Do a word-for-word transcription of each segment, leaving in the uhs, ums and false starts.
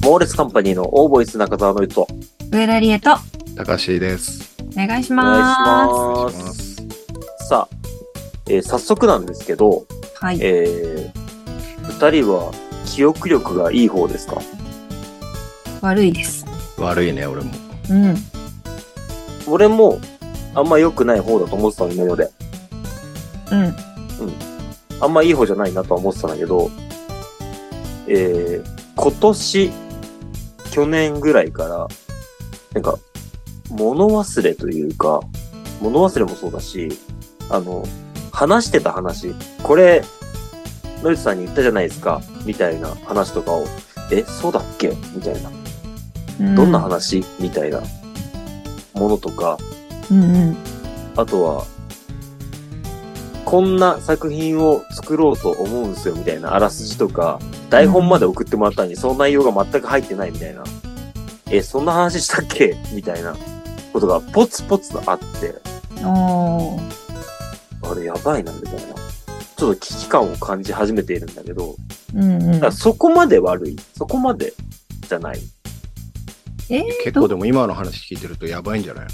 モーレツカンパニーのオーボイス中澤のゆと上田理恵と高橋です。 お願いします。 お願いします。さあ、えー、早速なんですけど、 はい。 えー、二人は記憶力がいい方ですか？ 悪いです。 悪いね、俺も。 うん。 俺もあんま良くない方だと思ってたの、今まで。 うん。うん。 あんまいい方じゃないなとは思ってたんだけど、えー、今年、去年ぐらいから、なんか、物忘れというか、物忘れもそうだし、あの、話してた話、これ、ノリツさんに言ったじゃないですか、みたいな話とかを、え、そうだっけみたいな。 うん、 どんな話みたいなものとか、 うんうん、 あとは、こんな作品を作ろうと思うんすよ、みたいなあらすじとか、台本まで送ってもらったのに、その内容が全く入ってないみたいな。え、そんな話したっけみたいなことがポツポツとあって。 おー。 あれやばいな、みたいな。ちょっと危機感を感じ始めているんだけど。 うんうん。 だからそこまで悪い。そこまでじゃない。 えー、 結構でも今の話聞いてるとやばいんじゃない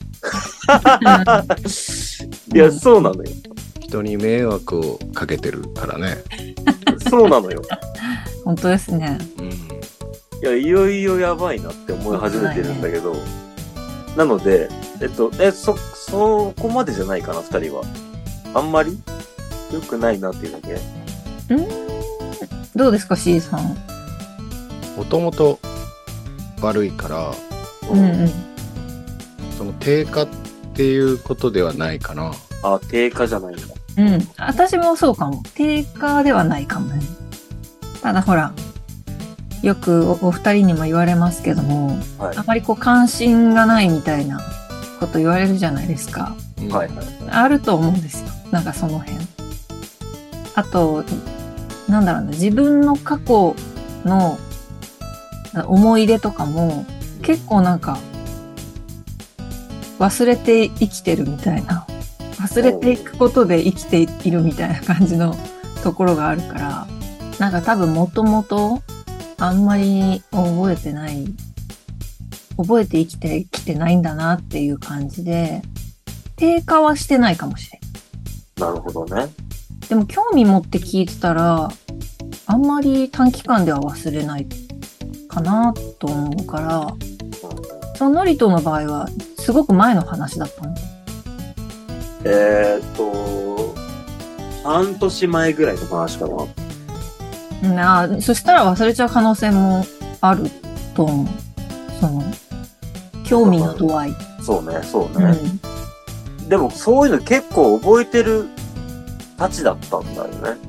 いや、そうなのよ。 人に迷惑をかけてるからね。 そうなのよ。 本当ですね。 うん。 いや、いよいよやばいなって思い始めてるんだけど。なので、えっと、え、そ、そこまでじゃないかな、二人は。あんまり良くないなっていうだけ。 うーん。どうですか、C さん。 もともと悪いから、 うんうん。 その低下っていうことではないかな。 あ、低下じゃないんだ。 うん。私もそうかも。低下ではないかもね。ただほら、よく お, お二人にも言われますけども、はい、あまりこう関心がないみたいなこと言われるじゃないですか。 うん、 はいはいはい。 あると思うんですよ。なんかその辺。あと、なんだろうな、自分の過去の思い出とかも結構なんか忘れて生きてるみたいな。忘れていくことで生きているみたいな感じのところがあるから、なんか多分もともとあんまり覚えてない、覚えて生きてきてないんだなっていう感じで、低下はしてないかもしれん。なるほどね。 でも興味持って聞いてたら、あんまり短期間では忘れないかなと思うから、うん、そのノリトの場合はすごく前の話だったの。 えーっと、半年前ぐらいの話かな。 なあ、そしたら忘れちゃう可能性もあると思う。その、興味の度合い。 そうね、そうね、うん。でもそういうの結構覚えてるたちだったんだよね。だから、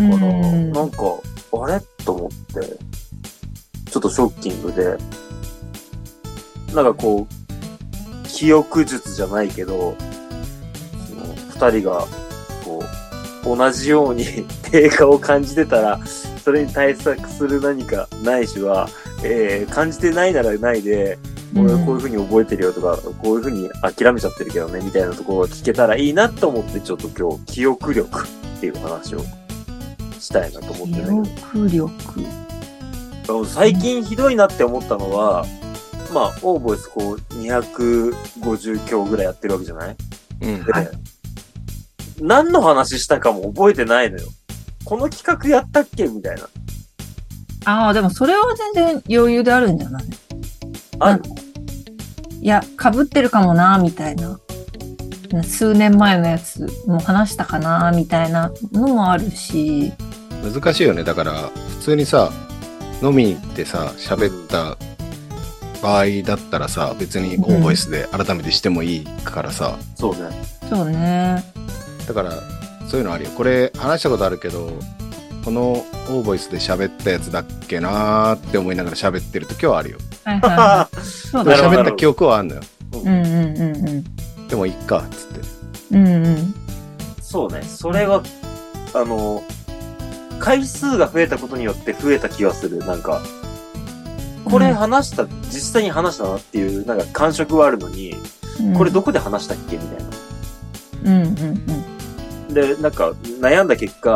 んなんか、あれと思って、ちょっとショッキングで、なんかこう、記憶術じゃないけど、二人が、こう、同じように低下を感じてたら、それに対策する何かないしは、えー、感じてないならないで、俺はこういう風に覚えてるよとか、うん、こういう風に諦めちゃってるけどね、みたいなところが聞けたらいいなと思って、ちょっと今日、記憶力っていう話をしたいなと思ってね。 記憶力。 最近ひどいなって思ったのは、まあ、オーボイスこう、にひゃくごじゅう強ぐらいやってるわけじゃない？ うん。 で、はい、何の話したかも覚えてないのよ。この企画やったっけみたいな。 ああ、でもそれは全然余裕であるんじゃない？ ある？ いや、被ってるかもな、みたいな。数年前のやつも話したかな、みたいなのもあるし。 難しいよね。だから、普通にさ、飲みに行ってさ、喋った場合だったらさ、別にオーボイスで改めてしてもいいからさ。 うん、そうね。 そうね。 だから、そういうのあるよ。これ、話したことあるけど、このオーボイスで喋ったやつだっけなーって思いながら喋ってる時はあるよ。 はいはいはい。そうだね。 喋った記憶はあんのよ。 うんうんうんうん。 でもいっか、つって。 うんうん。 そうね。それは、あの、回数が増えたことによって増えた気がする。なんか、これ話した、うん、実際に話したなっていう、なんか感触はあるのに、うん、これどこで話したっけみたいな。 うんうんうん。 で、なんか、悩んだ結果、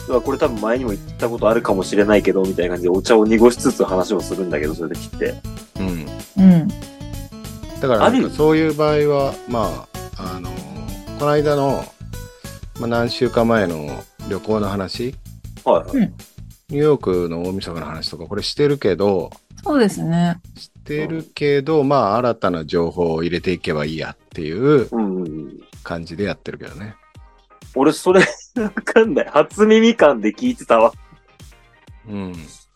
これ多分前にも言ったことあるかもしれないけど、みたいな感じでお茶を濁しつつ話をするんだけど、そういう時って。 うん。 うん。 だからなんかそういう場合は、まあ、あの、この間の、まあ、何週間前の旅行の話、 はいはい。 ニューヨークの大晦日の話とか、これしてるけど、 そうですね。 してるけど、まあ、新たな情報を入れていけばいいやっていう感じでやってるけどね。 うん、俺、それ、わかんない。初耳感で聞いてたわ。 うん。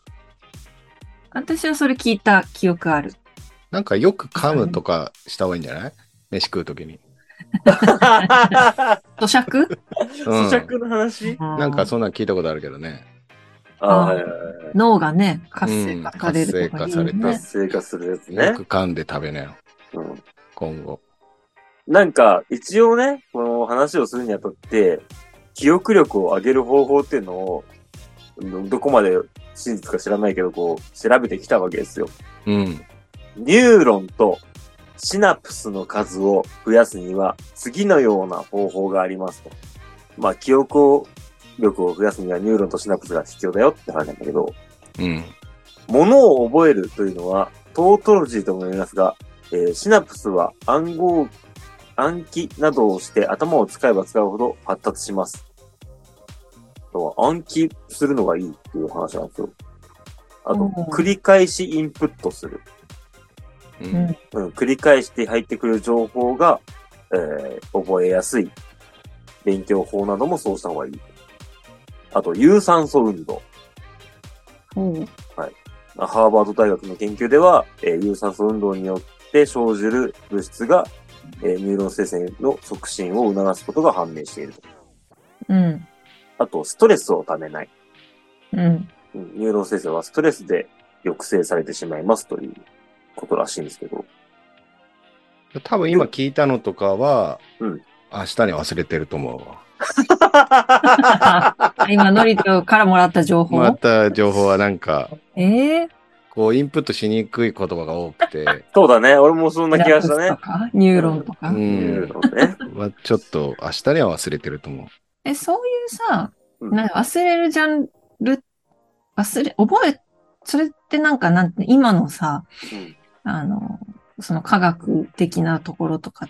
私はそれ聞いた記憶ある。 なんかよく噛むとかした方がいいんじゃない？飯食うときに。 咀嚼？ 咀嚼の話？ なんかそんなの聞いたことあるけどね。 ああ、はいはいはい、脳がね、活性化されるとか、ね、 うん、活性化されて。 活性化するやつね。 よく噛んで食べなよ。 うん。 今後。 なんか、一応ね、この話をするにあたって、記憶力を上げる方法っていうのを、どこまで真実か知らないけど、こう、調べてきたわけですよ。 うん。 ニューロンとシナプスの数を増やすには、次のような方法がありますと。まあ、記憶を、力を増やすにはニューロンとシナプスが必要だよって話なんだけど、 うん。 物を覚えるというのは、トートロジーとも言いますが、えー、シナプスは暗号、暗記などをして頭を使えば使うほど発達します。暗記するのがいいっていう話なんですよ。あと、繰り返しインプットする。 うん。 うん、繰り返して入ってくる情報が、えー、覚えやすい勉強法などもそうした方がいい。あと、有酸素運動。 うん。 はい。ハーバード大学の研究では、えー、有酸素運動によって生じる物質が、えー、ニューロン生成の促進を促すことが判明していると。 うん。 あと、ストレスをためない。 うん。 ニューロン生成はストレスで抑制されてしまいますということらしいんですけど。 多分今聞いたのとかは、 うん、 明日に忘れてると思うわ。 今、ノリトからもらった情報また情報はなんか、 えー、 こう、インプットしにくい言葉が多くて。 そうだね。俺もそんな気がしたね。 ニューロンとか。 うん。ニューロンね。まあ、ちょっと、明日には忘れてると思う。 え、そういうさ、なんか忘れるジャンル、忘れ、覚え、それってなんかなんて、今のさ、 うん、 あの、その科学的なところとかって、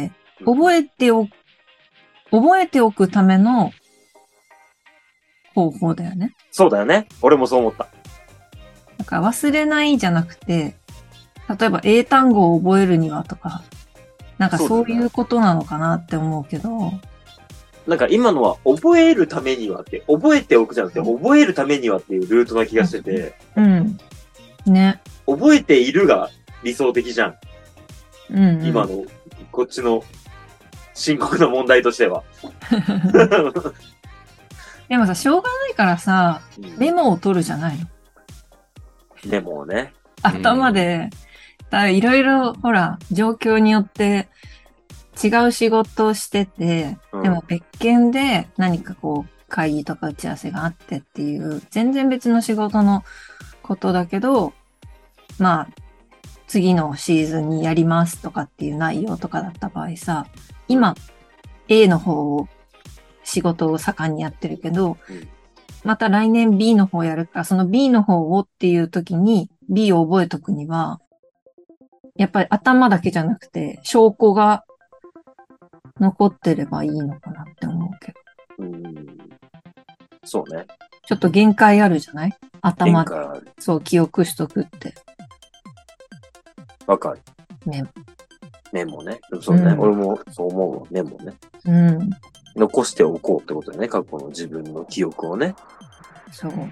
覚えておく、覚えておくための方法だよね。 そうだよね。俺もそう思った。 だから忘れないじゃなくて、例えば英単語を覚えるにはとか、なんかそういうことなのかなって思うけど。 なんか今のは覚えるためにはって、覚えておくじゃなくて、覚えるためにはっていうルートな気がしてて。 うん。ね。 覚えているが理想的じゃん。 うん、うん。 今の、こっちの深刻な問題としては。 でもさ、しょうがないからさ、メモを取るじゃないの。 メモをね。 頭で、いろいろ、ほら、状況によって違う仕事をしてて、うん、でも別件で何かこう、会議とか打ち合わせがあってっていう、全然別の仕事のことだけど、まあ、次のシーズンにやりますとかっていう内容とかだった場合さ、今、A の方を仕事を盛んにやってるけど、うん、また来年 B の方やるから、その B の方をっていう時に B を覚えとくには、やっぱり頭だけじゃなくて、証拠が残ってればいいのかなって思うけど。 うん、そうね。 ちょっと限界あるじゃない？頭で。そう、記憶しとくって。 わかる。 メモ。 メモね。そうね。うん、俺もそう思うわ。メモね。 うん。 残しておこうってことだよね。過去の自分の記憶をね。 そう。うん、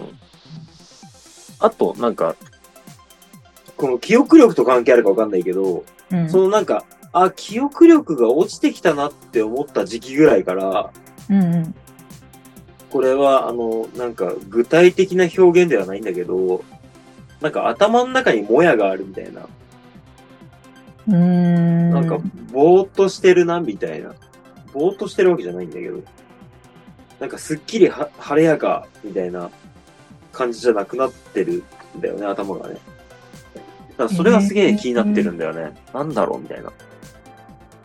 あと、なんか、この記憶力と関係あるかわかんないけど、うん、そのなんか、あ、記憶力が落ちてきたなって思った時期ぐらいから、 うんうん、 これは、あの、なんか、具体的な表現ではないんだけど、なんか頭の中にもやがあるみたいな。 うーん。 なんか、ぼーっとしてるな、みたいな。ぼーっとしてるわけじゃないんだけど、なんかすっきりは晴れやか、みたいな感じじゃなくなってるんだよね、頭がね。だからそれがすげえ気になってるんだよね。えー、なんだろうみたいな。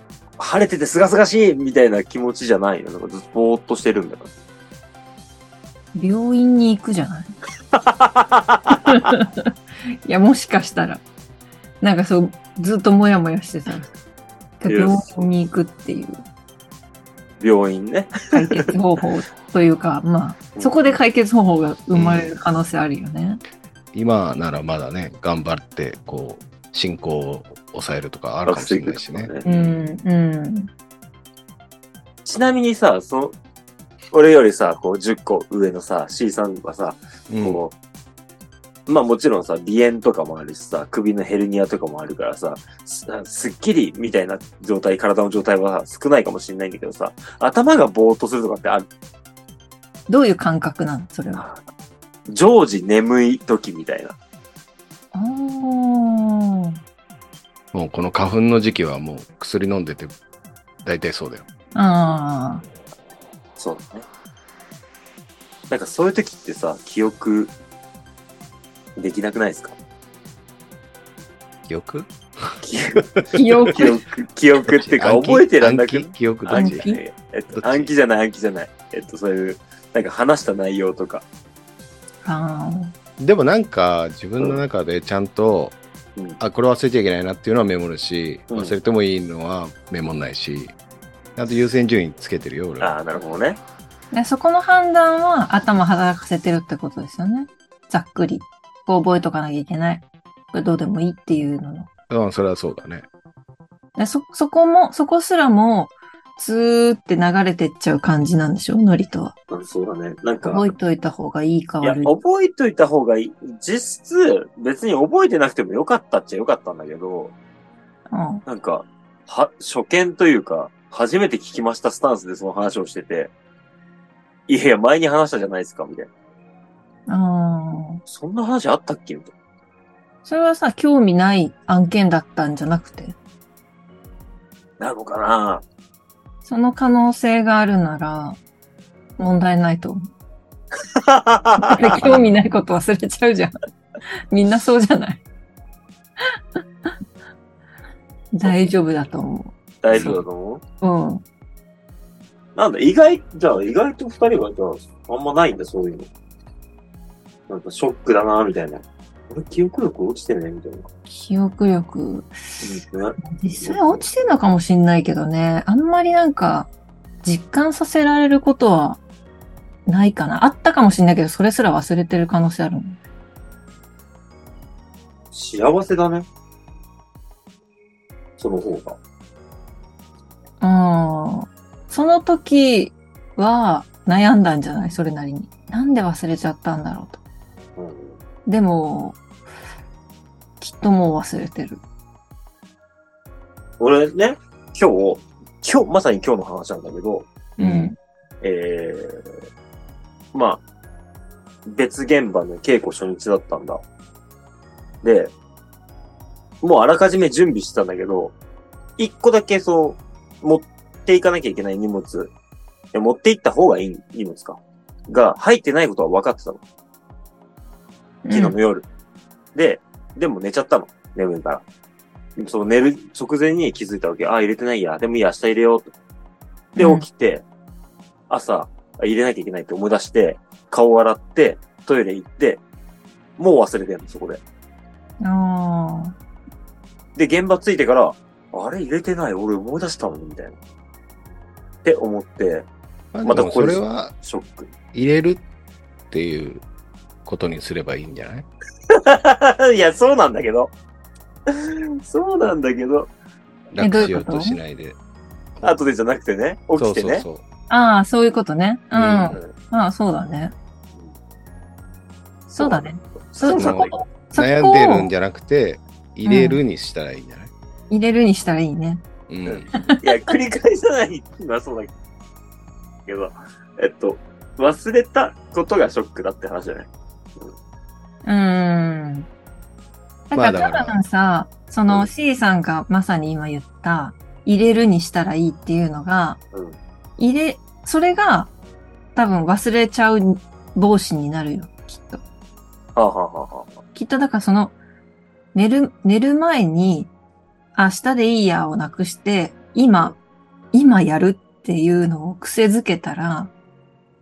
晴れててすがすがしいみたいな気持ちじゃないの。なんかずっとぼーっとしてるんだよ。 病院に行くじゃないいや、もしかしたら。なんかそう、ずっともやもやしてた。病院に行くっていう。 病院ね。 解決方法というか、まあ、そこで解決方法が生まれる可能性あるよね。 うん、今ならまだね、頑張って、こう、進行を抑えるとかあるかもしれないしね。 うん、うん。 ちなみにさ、その、俺よりさ、こうじゅっこ上のさ、C さんはさ、こう、まあもちろんさ、鼻炎とかもあるしさ、首のヘルニアとかもあるからさ、す, すっきりみたいな状態、体の状態は少ないかもしれないんだけどさ、頭がぼーっとするとかってある？ どういう感覚なのそれは。 常時眠い時みたいな。 あー。 もうこの花粉の時期はもう薬飲んでて、大体そうだよ。 ああ。 そうだね。なんかそういう時ってさ、記憶できなくないですか？ 記憶記憶記憶記憶っていうか覚えてらんなく記憶どっち？ えっと、暗記じゃない暗記じゃない。えっと、そういう、なんか話した内容とか。 あでもなんか自分の中でちゃんと、 うん、 あ、これ忘れちゃいけないなっていうのはメモるし、 うん、 忘れてもいいのはメモんないし、あと優先順位つけてるよ、俺は。 ああ、なるほどね。 で。そこの判断は頭働かせてるってことですよね。ざっくり。こう覚えとかなきゃいけない。これどうでもいいっていうのの。 うん、それはそうだね。 でそ、そこも、そこすらも、ツーって流れてっちゃう感じなんでしょノリとは。 うん、そうだね。なんか。 覚えといた方がいいか悪い。 いや、覚えといた方がいい。実質、別に覚えてなくてもよかったっちゃよかったんだけど、 うん、 なんか、は、初見というか、初めて聞きましたスタンスでその話をしてて、いやいや、前に話したじゃないですか、みたいな。 ああ。 そんな話あったっけみたいな。 それはさ、興味ない案件だったんじゃなくて。 なのかな？ その可能性があるなら、問題ないと思う。あれ興味ないこと忘れちゃうじゃん。みんなそうじゃない大丈夫だと思う。 大丈夫だと思う。うん。 なんだ、意外、じゃあ意外と二人は、じゃあ、あんまないんだ、そういうの。なんかショックだな、みたいな。俺、記憶力落ちてね、みたいな。 記憶力。 うん、 実際落ちてんのかもしんないけどね。あんまりなんか、実感させられることはないかな。あったかもしんないけど、それすら忘れてる可能性あるもん。 幸せだね。その方が。 うん。その時は悩んだんじゃないそれなりに。なんで忘れちゃったんだろうと。うん、でも、きっともう忘れてる。 俺ね、今日、今日、まさに今日の話なんだけど、 うん。 えー、まあ、別現場の稽古初日だったんだ。で、もうあらかじめ準備してたんだけど、一個だけそう、持っていかなきゃいけない荷物、いや持っていった方がいい荷物か。が入ってないことは分かってたの。昨日の夜。うん、で、でも寝ちゃったの。眠いから。その寝る直前に気づいたわけ。あ、入れてないや。でもいいや、明日入れようと。で、起きて、うん、朝、入れなきゃいけないって思い出して、顔洗って、トイレ行って、もう忘れてんの、そこで。 ああ。 で、現場着いてから、あれ入れてない、俺思い出したのに、みたいな。って思って、 またこれは、 ショック。 入れるっていうことにすればいいんじゃないいや、そうなんだけど。そうなんだけど。 楽しようとしないで。 後でじゃなくてね、起きてね。 そうそうそう。 ああ、そういうことね。うん。うん、ああ、そうだね。そうだね。 そ、 そこ、悩んでるんじゃなくて、入れるにしたらいいんじゃない、 うん、入れるにしたらいいね。 うん。いや、繰り返さないのはそうだけど、えっと、忘れたことがショックだって話じゃない？ うん。ん。だから多分さ、その C さんがまさに今言った、入れるにしたらいいっていうのが、うん、入れ、それが多分忘れちゃう防止になるよ、きっと。 はあ、はあはあ、 きっとだからその、寝る、寝る前に、明日でいいやをなくして、今、今やるっていうのを癖づけたら、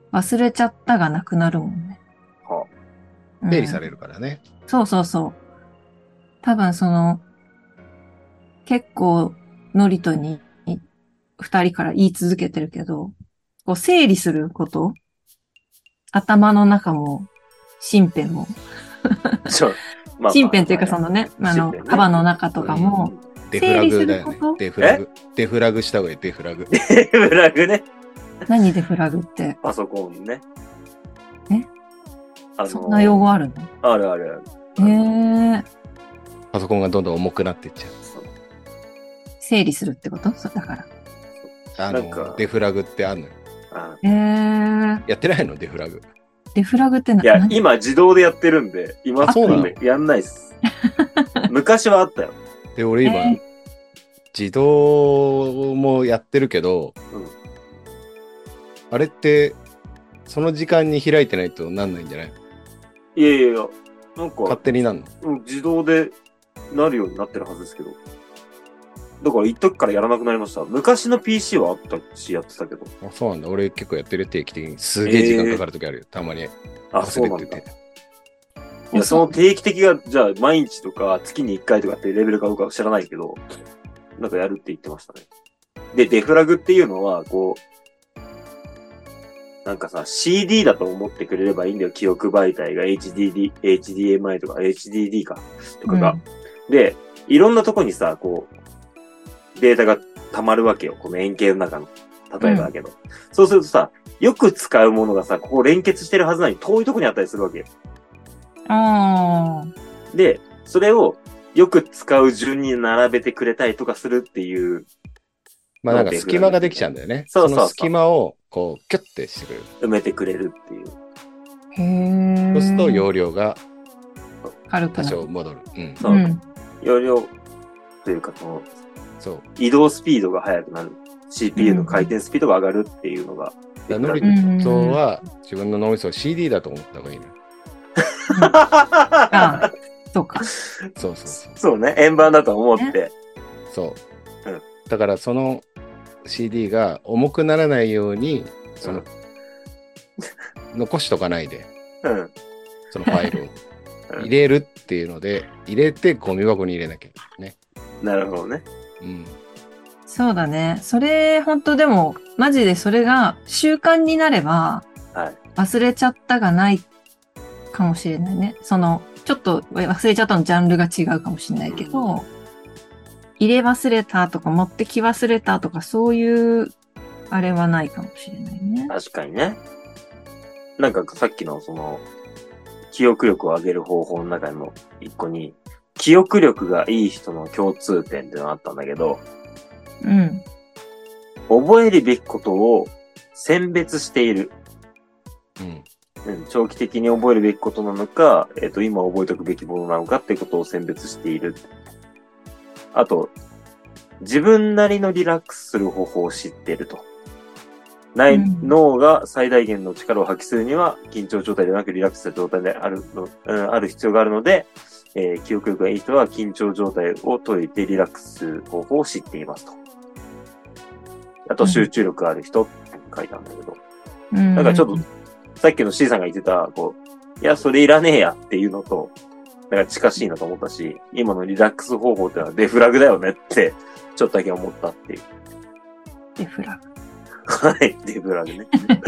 忘れちゃったがなくなるもんね。 はうん整理されるからね。 そうそうそう。多分その、結構、ノリトに二人から言い続けてるけど、こう整理すること、頭の中も、身辺も、 あ。ちょ、まあ、 身辺というかそのね、あの、 身辺ねカバンの中とかも、 デフラグだよね整理するこ。とデフラグ。デフラグした方がいい、デフラグ。 デフラグね。 何でフラグって、 パソコンね。 えあのそんな用語あるの？ あるあるある。 へえ。 パソコンがどんどん重くなっていっちゃう。 そう整理するってことそうだから。 あなんかの、デフラグってあんのよ。 あへえ。 やってないのデフラグ。 デフラグってないや、今自動でやってるんで、今あそうなのやんないっす。昔はあったよ。 で、俺今、 え自動もやってるけど、 うんあれって、その時間に開いてないとなんないんじゃない？ いやいやいや、なん勝か、 手になんの？ うん自動でなるようになってるはずですけど。だから一時からやらなくなりました。昔の ピーシー はあったし、やってたけど。 あ、そうなんだ。俺結構やってる定期的に。すげえ時間かかるときあるよ。たまに。 あ、そうなんだ。 忘れてて。 いや、その定期的が、じゃあ、毎日とか、月にいっかいとかっていうレベルかどうかは知らないけど、なんかやるって言ってましたね。で、デフラグっていうのは、こう、なんかさ、シーディー だと思ってくれればいいんだよ。記憶媒体が エイチディーディー、エイチディーエムアイ とか エイチディーディー か、とかが。で、いろんなとこにさ、こう、データが溜まるわけよ。この円形の中の。例えばだけど。そうするとさ、よく使うものがさ、ここ連結してるはずなのに遠いとこにあったりするわけよ。 あで、それをよく使う順に並べてくれたりとかするっていう。 まあなんか隙間ができちゃうんだよね。 そうそうそうその隙間をこう、キュッてしてくれる。 埋めてくれるっていう。 あ。へえ。 そうすると容量が多軽くなる。 少戻る。うん。 そう。 うん。 容量というか、その、 そう。 移動スピードが速くなる。シーピーユー の回転スピードが上がるっていうのが。 だからノリうんトは自分の脳みそを シーディー だと思った方がいいのよ。 ああ、そうか。 そうそうそう。 そうね。円盤だと思って。 そう。 うんだからその シーディー が重くならないように、その、残しとかないで、 うん。 そのファイルをうん入れるっていうので、入れてゴミ箱に入れなきゃいけないね。 なるほどね。 うん。 そうだね。それ、本当でも、マジでそれが習慣になれば、 はい。 忘れちゃったがないかもしれないね。その、ちょっと忘れちゃったのジャンルが違うかもしれないけど、入れ忘れたとか持ってき忘れたとかそういうあれはないかもしれないね。 確かにね。なんかさっきのその、記憶力を上げる方法の中の一個に、記憶力がいい人の共通点っていうのがあったんだけど、 うん。 覚えるべきことを選別している。 うん。 うん、長期的に覚えるべきことなのか、えっと、今覚えておくべきものなのかっていうことを選別している。あと、自分なりのリラックスする方法を知っていると。ない、 うん、 脳が最大限の力を発揮するには、緊張状態ではなくリラックスした状態であるの、うん、ある必要があるので、えー記憶力がいい人は緊張状態を解いてリラックスする方法を知っていますと。あと、集中力がある人って書いたんだけど。 うん。 なんかちょっと、さっきの C さんが言ってた、こう、いや、それいらねえやっていうのと、なんか近しいなと思ったし、今のリラックス方法ってのはデフラグだよねって、ちょっとだけ思ったっていう。 デフラグ。 はい、デフラグね。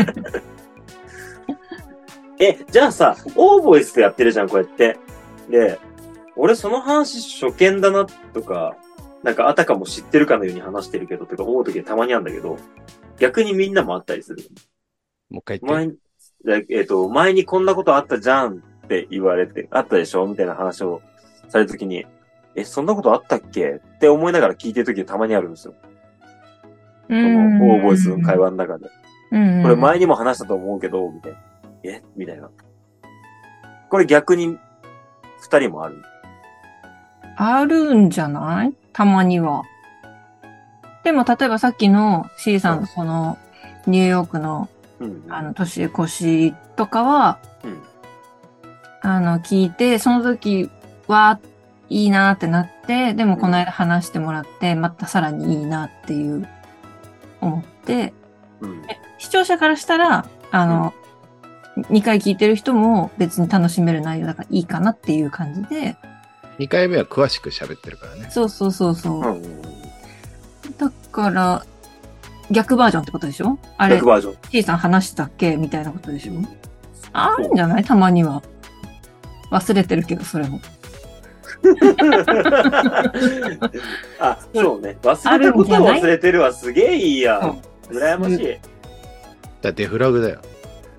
え、じゃあさ、オーボイスでやってるじゃん、こうやって。で、俺その話初見だなとか、なんかあたかも知ってるかのように話してるけど、とか思うときたまにあるんだけど、逆にみんなもあったりする。 もう一回言って。 前に、えっと、前にこんなことあったじゃんって言われて、あったでしょみたいな話をされたときに、え、そんなことあったっけって思いながら聞いてるときたまにあるんですよ。このオーボイスの会話の中で。 うん。 これ前にも話したと思うけど、みたいな。えみたいな。これ逆に二人もある。 あるんじゃないたまには。でも、例えばさっきの C さんのその、ニューヨークの、 うん。 あの、年越しとかは、 うん。 あの、聞いて、その時は、いいなってなって、でもこの間話してもらって、またさらにいいなっていう、思って、 うん。 視聴者からしたら、 あの、にかい聞いてる人も別に楽しめる内容だからいいかなっていう感じで。 にかいめは詳しく喋ってるからね。 そうそうそうそう。 うん、 だから、逆バージョンってことでしょ？あれ、 逆バージョン。 T さん話したっけみたいなことでしょ？あるんじゃないたまには。忘れてるけど、それも。 あ、そうね。忘れたことを忘れてるわ。すげえいいやん。羨ましい。 だデフラグだよ。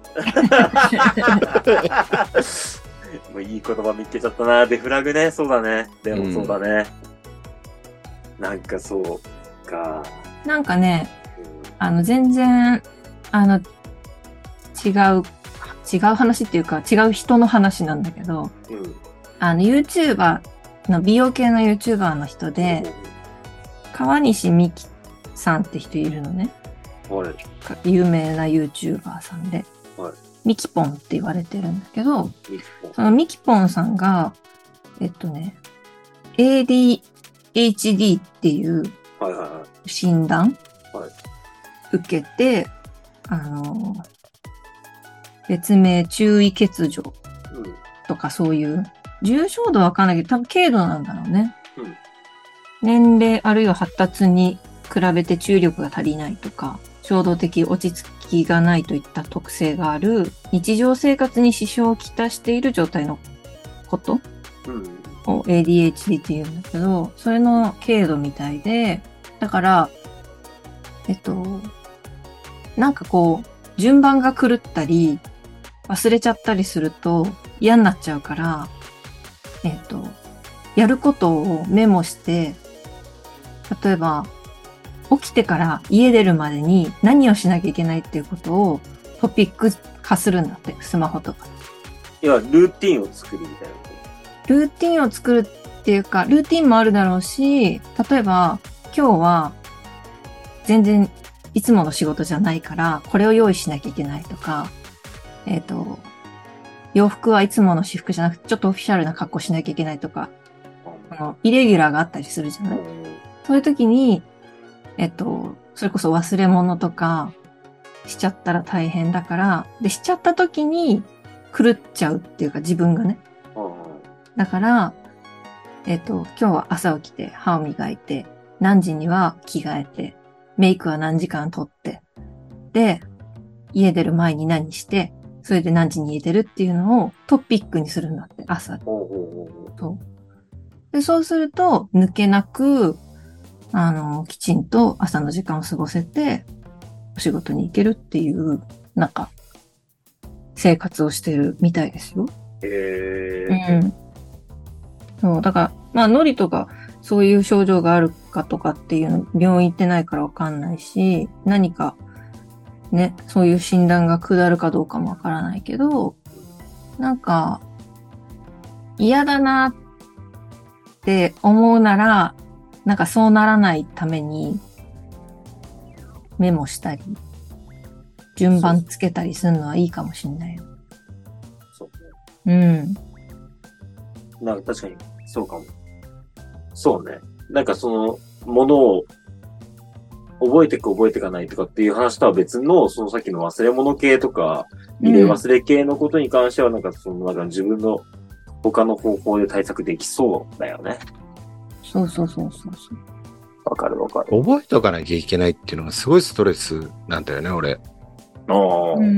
もういい言葉見つけちゃったな。デフラグね。そうだね。でもそうだね。うん、なんかそうか。 なんかね、あの、全然、あの、違う、違う話っていうか、違う人の話なんだけど、うん、あの、YouTuber の、美容系の YouTuber の人で、うん、川西美希さんって人いるのね。はい、有名な YouTuber さんで、はい、ミキポンって言われてるんだけど、そのミキポンさんが、えっとね、エーディーエイチディー っていう診断受けて、あの、別名注意欠如とかそういう、重症度はわかんないけど、多分軽度なんだろうね。うん、年齢あるいは発達に比べて注意力が足りないとか、衝動的落ち着きがないといった特性がある、日常生活に支障をきたしている状態のことを エーディーエイチディー って言うんだけど、それの軽度みたいで、だから、えっと、なんかこう、順番が狂ったり、忘れちゃったりすると嫌になっちゃうから、えっと、やることをメモして、例えば、起きてから家出るまでに何をしなきゃいけないっていうことをトピック化するんだって、スマホとか。 いや、ルーティンを作るみたいな。 ルーティンを作るっていうか、ルーティンもあるだろうし、例えば、今日は全然いつもの仕事じゃないから、これを用意しなきゃいけないとか、えっと、洋服はいつもの私服じゃなくて、ちょっとオフィシャルな格好しなきゃいけないとか、あのイレギュラーがあったりするじゃない？そういう時に、えっと、それこそ忘れ物とかしちゃったら大変だから、で、しちゃった時に狂っちゃうっていうか自分がね。だから、えっと、今日は朝起きて歯を磨いて、何時には着替えて、メイクは何時間取って、で、家出る前に何して、それで何時に家出るっていうのをトピックにするんだって、朝。そうで、そうすると、抜けなく、あの、きちんと朝の時間を過ごせて、お仕事に行けるっていう、なんか、生活をしてるみたいですよ。 へー。 うん。そう、だから、まあ、ノリとか、そういう症状があるかとかっていうの、病院行ってないからわかんないし、何か、ね、そういう診断が下るかどうかもわからないけど、なんか、嫌だなって思うなら、なんかそうならないためにメモしたり、順番つけたりするのはいいかもしれないよ。 そうね。 うん。 なんか確かに、そうかも。そうね。なんかその、ものを覚えてく覚えていかないとかっていう話とは別の、そのさっきの忘れ物系とか、入れ忘れ系のことに関しては、なんかその、なんか自分の他の方法で対策できそうだよね。 そうそうそうそうそう。 わかるわかる。 覚えておかなきゃいけないっていうのがすごいストレスなんだよね、俺。 ああ。 うん、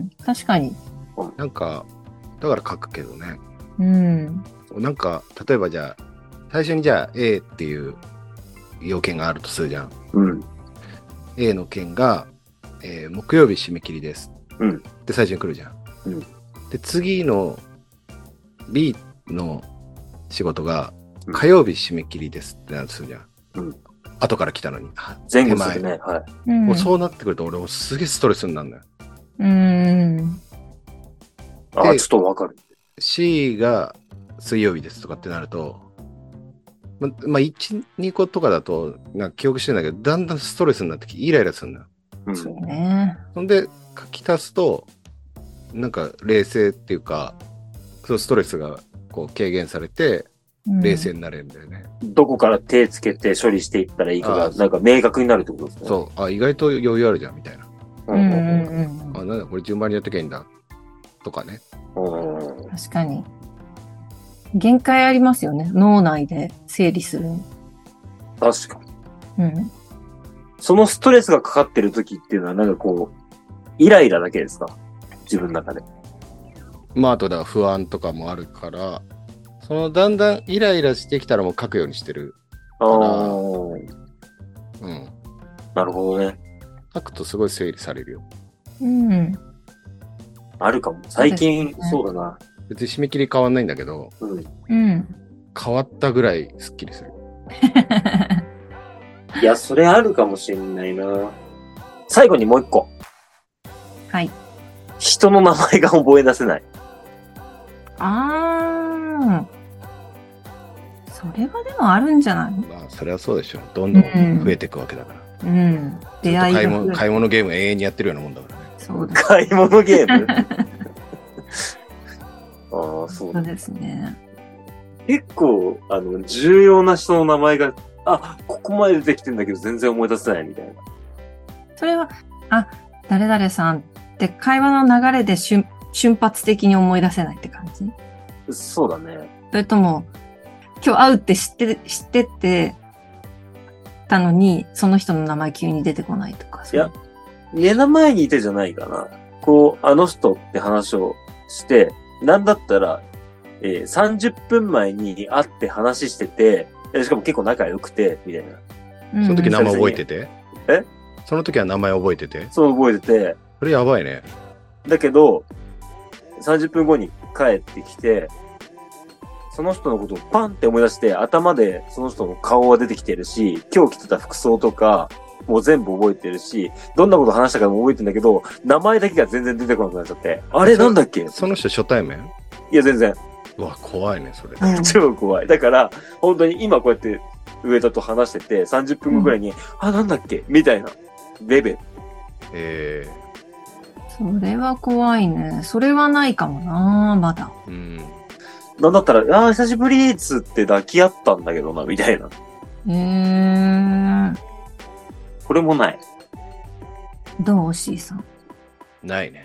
確かに。 なんか、だから書くけどね。 うん。 なんか、例えばじゃあ、最初にじゃあ A っていう要件があるとするじゃん。 うん。 A の件が、えー、木曜日締め切りです。 うん。 で、最初に来るじゃん。 うん。 で、次の B の仕事が、火曜日締め切りですってなるとするじゃん。 うん。 後から来たのに。 前後するね。はい。 もうそうなってくると俺もすげえストレスになるんだよ。 うーん。 ああ、ちょっとわかる。 C が水曜日ですとかってなると、ま、まあ、いち、にことかだと、なんか記憶してんだけど、だんだんストレスになってきて、イライラするんだよ。 うん。 そうね。 ほんで、書き足すと、なんか冷静っていうか、そのストレスがこう軽減されて、冷静になれるんだよね、 うん。どこから手つけて処理していったらいいかが、なんか明確になるってことですね。 そう。あ、意外と余裕あるじゃん、みたいな。 うんうんうんあ、なんだ、これ順番にやってきゃいいんだ。とかね。 うんうん。 確かに。限界ありますよね。脳内で整理するに。 確かに。 うん。 そのストレスがかかってる時っていうのはなんかこう、イライラだけですか？自分の中で。 まあ、あとだ、不安とかもあるから、そのだんだんイライラしてきたらもう書くようにしてる。 ああ、 うん。 なるほどね。 書くとすごい整理されるよ。 うん。 あるかも。最近、 そうですねそうだな。 別に締め切り変わんないんだけど、 うん。 うん。 変わったぐらいスッキリする。 いや、それあるかもしれないな。最後にもう一個。 はい。 人の名前が覚え出せない。 ああ。それはでもあるんじゃない？ まあ、それはそうでしょ。どんどん増えていくわけだから。 うん。 ずっと出会い買いが増える。 物買い物ゲーム永遠にやってるようなもんだからね。 そうです。 買い物ゲームああ、そうだ。 そうですね。 結構、あの、重要な人の名前が、あ、ここまで出てきてんだけど全然思い出せないみたいな。 それは、あ、誰々さんって会話の流れで瞬瞬発的に思い出せないって感じ？ そうだね。 それとも、今日会うって知って、知っててたのに、その人の名前急に出てこないとか。 いや、目の前にいてじゃないかな。こう、あの人って話をして、なんだったら、えー、さんじゅっぷんまえに会って話してて、しかも結構仲良くて、みたいな。 うん、 その時名前覚えててえその時は名前覚えててそう覚えてて。 それやばいね。 だけど、さんじゅっぷんごに帰ってきて、その人のことをパンって思い出して、頭でその人の顔が出てきてるし、今日着てた服装とか、もう全部覚えてるし、どんなこと話したかも覚えてるんだけど、名前だけが全然出てこなくなっちゃって、あれなんだっけ？ その人初対面？ いや、全然。 うわ、怖いね、それ。 うん、 超怖い。だから、本当に今こうやって上田と話してて、さんじゅっぷんごくらいに、うん、あ、なんだっけみたいなレベル。 えー、それは怖いね。それはないかもな、まだ。 うん。 なんだったら、あ、久しぶりっつって抱き合ったんだけどな、みたいな。 へえー。 これもない。 どう ?C さん。 ないね。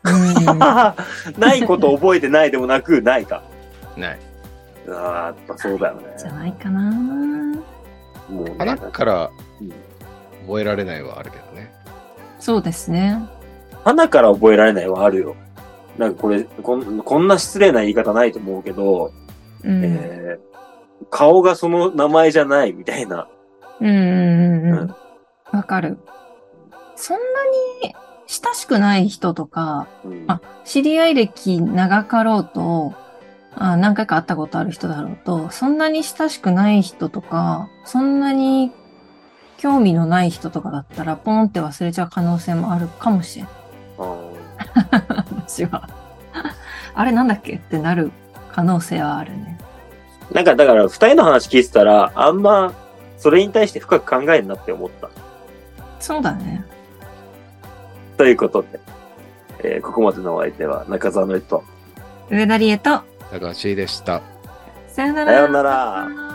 ないこと覚えてないでもなく、ないか。 ない。 ああ、やっぱそうだよね。 じゃないかな。 もうね、 鼻から覚えられないはあるけどね。 そうですね。 鼻から覚えられないはあるよ。なんかこれ、こん、こんな失礼な言い方ないと思うけど、 うん、 えー、顔がその名前じゃないみたいな。 うんうんうんうん。わかる。そんなに親しくない人とか、うん、あ、知り合い歴長かろうと、あ、何回か会ったことある人だろうと、そんなに親しくない人とか、そんなに興味のない人とかだったら、ポンって忘れちゃう可能性もあるかもしれない。私は。あれなんだっけってなる可能性はあるね。 なんかだから二人の話聞いてたら、あんまそれに対して深く考えんなって思った。 そうだね。 ということで、えー、ここまでのお相手は中澤のりと上田理恵と高橋でした。 さよなら。 さよなら。